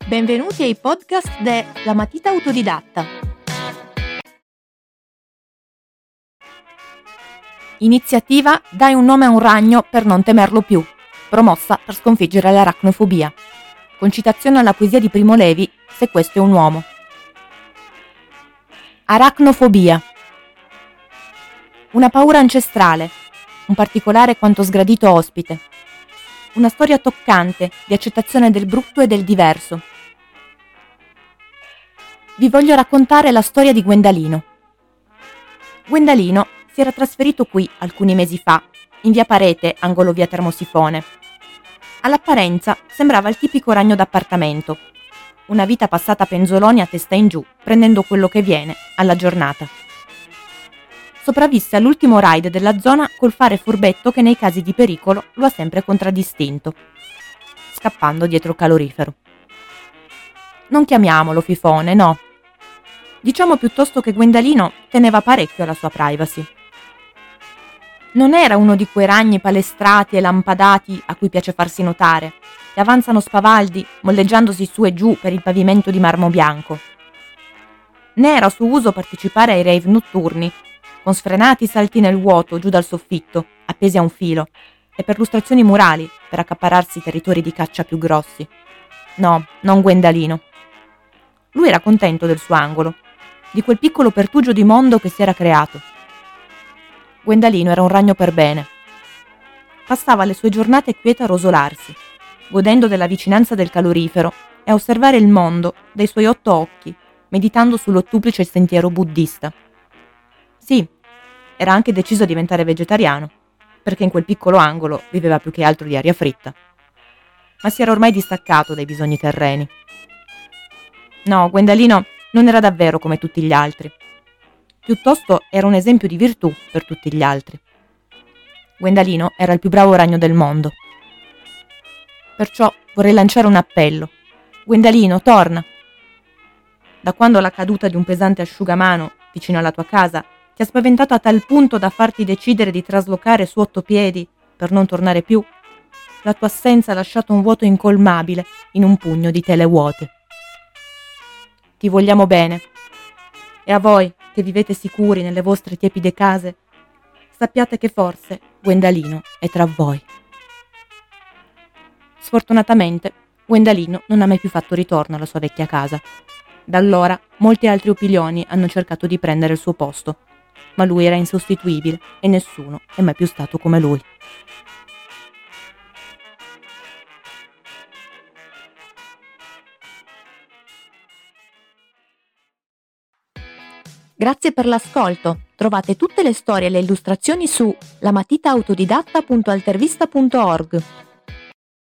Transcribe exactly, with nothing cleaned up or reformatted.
Benvenuti ai podcast de La Matita Autodidatta. Iniziativa Dai un nome a un ragno per non temerlo più, promossa per sconfiggere l'aracnofobia. Con citazione alla poesia di Primo Levi, Se questo è un uomo. Aracnofobia. Una paura ancestrale, un particolare quanto sgradito ospite. Una storia toccante di accettazione del brutto e del diverso. Vi voglio raccontare la storia di Gwendalino. Gwendalino si era trasferito qui alcuni mesi fa, in via Parete, angolo via Termosifone. All'apparenza sembrava il tipico ragno d'appartamento. Una vita passata a penzoloni a testa in giù, prendendo quello che viene, alla giornata. Sopravvisse all'ultimo raid della zona col fare furbetto che nei casi di pericolo lo ha sempre contraddistinto, scappando dietro il calorifero. Non chiamiamolo fifone, no. Diciamo piuttosto che Gwendalino teneva parecchio alla sua privacy. Non era uno di quei ragni palestrati e lampadati a cui piace farsi notare, che avanzano spavaldi, molleggiandosi su e giù per il pavimento di marmo bianco. Né era suo uso partecipare ai rave notturni, con sfrenati salti nel vuoto giù dal soffitto, appesi a un filo, e perlustrazioni murali per accaparrarsi territori di caccia più grossi. No, non Gwendalino. Lui era contento del suo angolo, di quel piccolo pertugio di mondo che si era creato. Gwendalino era un ragno per bene. Passava le sue giornate quieta a rosolarsi, godendo della vicinanza del calorifero e a osservare il mondo dai suoi otto occhi, meditando sull'ottuplice sentiero buddista. Sì, era anche deciso a diventare vegetariano, perché in quel piccolo angolo viveva più che altro di aria fritta. Ma si era ormai distaccato dai bisogni terreni. No, Gwendalino non era davvero come tutti gli altri. Piuttosto era un esempio di virtù per tutti gli altri. Gwendalino era il più bravo ragno del mondo. Perciò vorrei lanciare un appello. Gwendalino, torna! Da quando la caduta di un pesante asciugamano vicino alla tua casa ti ha spaventato a tal punto da farti decidere di traslocare su otto piedi per non tornare più, la tua assenza ha lasciato un vuoto incolmabile in un pugno di tele vuote. Ti vogliamo bene. E a voi, che vivete sicuri nelle vostre tiepide case, sappiate che forse Gwendalino è tra voi. Sfortunatamente, Gwendalino non ha mai più fatto ritorno alla sua vecchia casa. Da allora, molti altri opilioni hanno cercato di prendere il suo posto, ma lui era insostituibile e nessuno è mai più stato come lui. Grazie per l'ascolto. Trovate tutte le storie e le illustrazioni su lamatitaautodidatta punto altervista punto org.